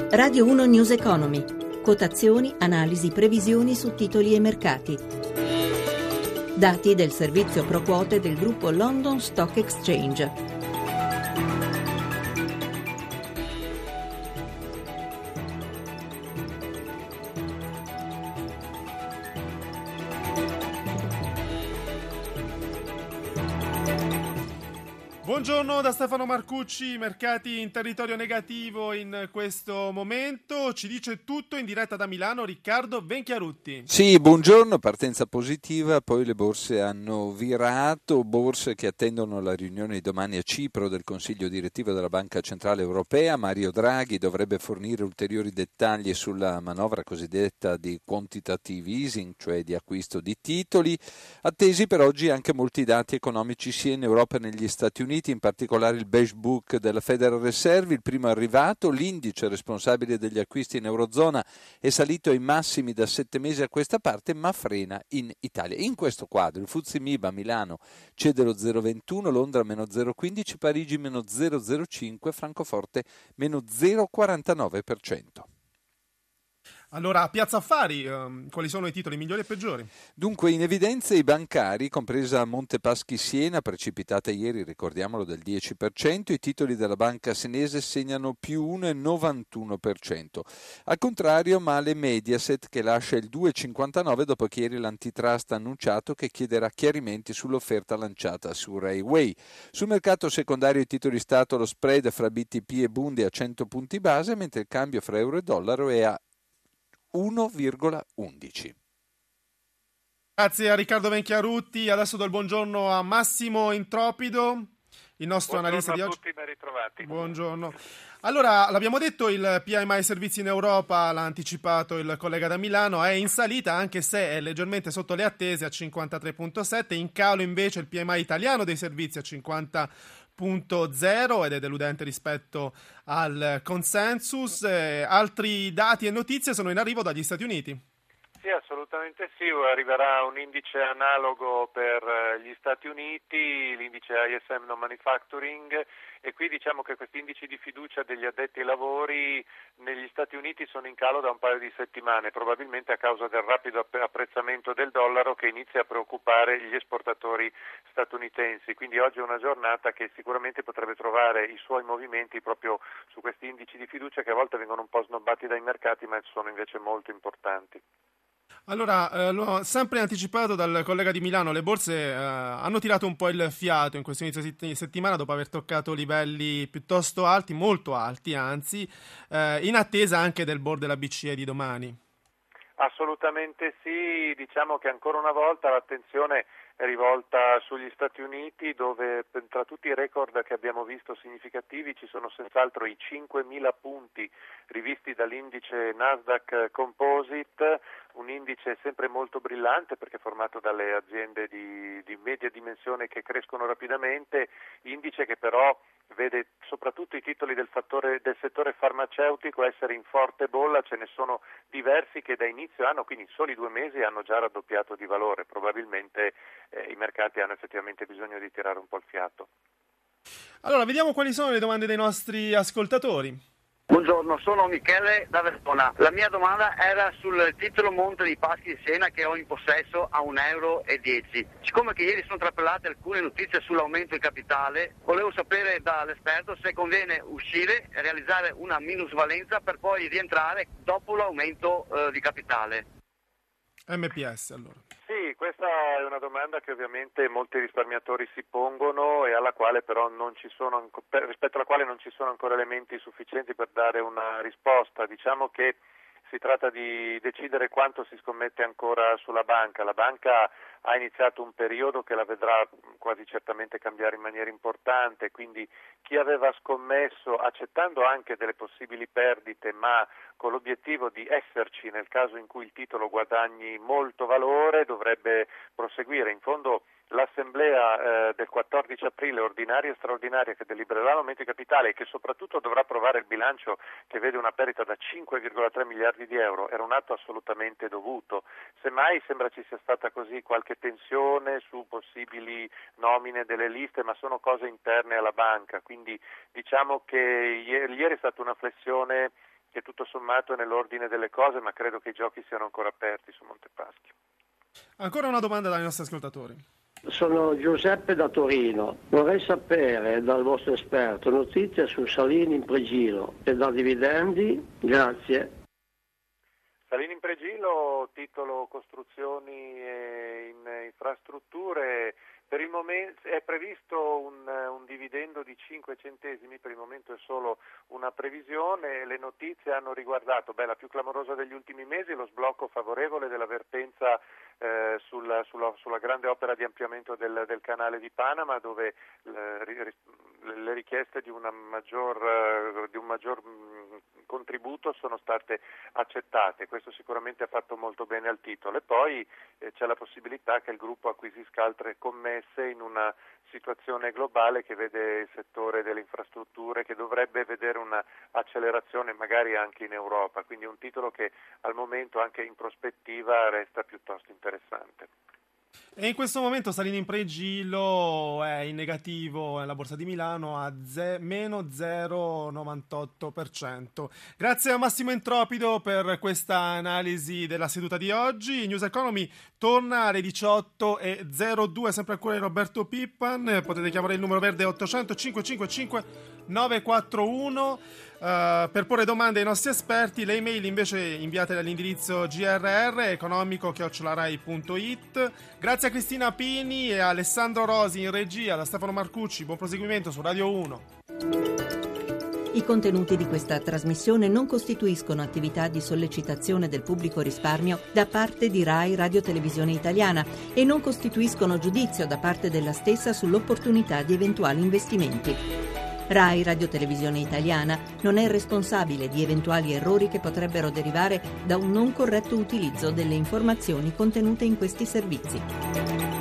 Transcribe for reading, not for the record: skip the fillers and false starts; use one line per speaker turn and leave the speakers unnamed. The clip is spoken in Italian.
Radio 1 News Economy. Quotazioni, analisi, previsioni su titoli e mercati. Dati del servizio pro quote del gruppo London Stock Exchange.
Buongiorno da Stefano Marcucci, mercati in territorio negativo in questo momento, ci dice tutto in diretta da Milano Riccardo Venchiarutti.
Sì, buongiorno, partenza positiva, poi le borse hanno virato, borse che attendono la riunione di domani a Cipro del Consiglio direttivo della Banca Centrale Europea. Mario Draghi dovrebbe fornire ulteriori dettagli sulla manovra cosiddetta di quantitative easing, cioè di acquisto di titoli. Attesi per oggi anche molti dati economici sia in Europa che negli Stati Uniti, in particolare il Beige Book della Federal Reserve, il primo arrivato. L'indice responsabile degli acquisti in Eurozona è salito ai massimi da 7 mesi a questa parte, ma frena in Italia. In questo quadro il FTSE MIB a Milano cede lo 0,21, Londra meno 0,15, Parigi meno 0,05, Francoforte meno 0,49%.
Allora, a Piazza Affari, quali sono i titoli migliori e peggiori?
Dunque, in evidenza i bancari, compresa Montepaschi Siena, precipitata ieri, ricordiamolo, del 10%, i titoli della banca senese segnano più 1,91%. Al contrario, male Mediaset, che lascia il 2,59% dopo che ieri l'antitrust ha annunciato che chiederà chiarimenti sull'offerta lanciata su Rai Way. Sul mercato secondario i titoli Stato, lo spread fra BTP e Bunde a 100 punti base, mentre il cambio fra euro e dollaro è a 1,11.
Grazie a Riccardo Venchiarutti. Adesso do il buongiorno a Massimo Intropido, il nostro analista di oggi.
Buongiorno a tutti, ben ritrovati.
Buongiorno. Allora, l'abbiamo detto, il PMI servizi in Europa, l'ha anticipato il collega da Milano, è in salita anche se è leggermente sotto le attese a 53,7, in calo invece il PMI italiano dei servizi a 50,0 ed è deludente rispetto al consensus. Altri dati e notizie sono in arrivo dagli Stati Uniti.
Sì, assolutamente sì, arriverà un indice analogo per gli Stati Uniti, l'indice ISM Non Manufacturing, e qui diciamo che questi indici di fiducia degli addetti ai lavori negli Stati Uniti sono in calo da un paio di settimane, probabilmente a causa del rapido apprezzamento del dollaro che inizia a preoccupare gli esportatori statunitensi, quindi oggi è una giornata che sicuramente potrebbe trovare i suoi movimenti proprio su questi indici di fiducia che a volte vengono un po' snobbati dai mercati ma sono invece molto importanti.
Allora, l'ho sempre anticipato dal collega di Milano, le borse hanno tirato un po' il fiato in questo inizio di settimana dopo aver toccato livelli piuttosto alti, molto alti anzi, in attesa anche del board della BCE di domani.
Assolutamente sì, diciamo che ancora una volta l'attenzione è rivolta sugli Stati Uniti, dove tra tutti i record che abbiamo visto significativi ci sono senz'altro i 5.000 punti rivisti dall'indice Nasdaq Composite, un indice sempre molto brillante perché è formato dalle aziende di media dimensione che crescono rapidamente, indice che però vede soprattutto i titoli del settore farmaceutico essere in forte bolla, ce ne sono diversi che da inizio anno, quindi in soli 2 mesi, hanno già raddoppiato di valore, probabilmente i mercati hanno effettivamente bisogno di tirare un po' il fiato.
Allora, vediamo quali sono le domande dei nostri ascoltatori.
Buongiorno, sono Michele da Verona. La mia domanda era sul titolo Monte dei Paschi di Siena che ho in possesso a €1,10. Siccome che ieri sono trapelate alcune notizie sull'aumento di capitale, volevo sapere dall'esperto se conviene uscire e realizzare una minusvalenza per poi rientrare dopo l'aumento di capitale.
MPS allora.
Sì, questa è una domanda che ovviamente molti risparmiatori si pongono e alla quale però rispetto alla quale non ci sono ancora elementi sufficienti per dare una risposta. Diciamo che si tratta di decidere quanto si scommette ancora sulla banca. La banca ha iniziato un periodo che la vedrà quasi certamente cambiare in maniera importante, quindi chi aveva scommesso accettando anche delle possibili perdite ma con l'obiettivo di esserci nel caso in cui il titolo guadagni molto valore dovrebbe proseguire. In fondo l'assemblea del 14 aprile ordinaria e straordinaria che delibererà l'aumento di capitale e che soprattutto dovrà approvare il bilancio che vede una perdita da 5,3 miliardi di euro era un atto assolutamente dovuto. Semmai sembra ci sia stata così qualche tensione su possibili nomine delle liste, ma sono cose interne alla banca, quindi diciamo che ieri è stata una flessione che tutto sommato è nell'ordine delle cose, ma credo che i giochi siano ancora aperti su Montepaschi.
Ancora una domanda dai nostri ascoltatori.
Sono Giuseppe da Torino. Vorrei sapere dal vostro esperto notizie su Salini in Pregilo e da dividendi. Grazie.
Salini in Pregilo, titolo costruzioni e infrastrutture. Per il momento è previsto un dividendo di 5 centesimi, per il momento è solo una previsione. Le notizie hanno riguardato, la più clamorosa degli ultimi mesi, lo sblocco favorevole della vertenza sulla grande opera di ampliamento del canale di Panama, dove le richieste di un maggior contributo sono state accettate. Questo sicuramente ha fatto molto bene al titolo, e poi c'è la possibilità che il gruppo acquisisca altre commesse in una situazione globale che vede il settore delle infrastrutture, che dovrebbe vedere una accelerazione magari anche in Europa, quindi un titolo che al momento anche in prospettiva resta piuttosto interessante.
E in questo momento Salini in Pregilo è in negativo alla Borsa di Milano a meno 0,98%. Grazie a Massimo Entropido per questa analisi della seduta di oggi. News Economy torna alle 18:02, sempre al cuore di Roberto Pippan. Potete chiamare il numero verde 800 555 941 per porre domande ai nostri esperti. Le email invece inviatele all'indirizzo grr@economico@rai.it. Grazie a Cristina Pini e a Alessandro Rosi in regia, da Stefano Marcucci. Buon proseguimento su Radio 1.
I contenuti di questa trasmissione non costituiscono attività di sollecitazione del pubblico risparmio da parte di Rai Radio Televisione Italiana e non costituiscono giudizio da parte della stessa sull'opportunità di eventuali investimenti. Rai Radio Televisione Italiana non è responsabile di eventuali errori che potrebbero derivare da un non corretto utilizzo delle informazioni contenute in questi servizi.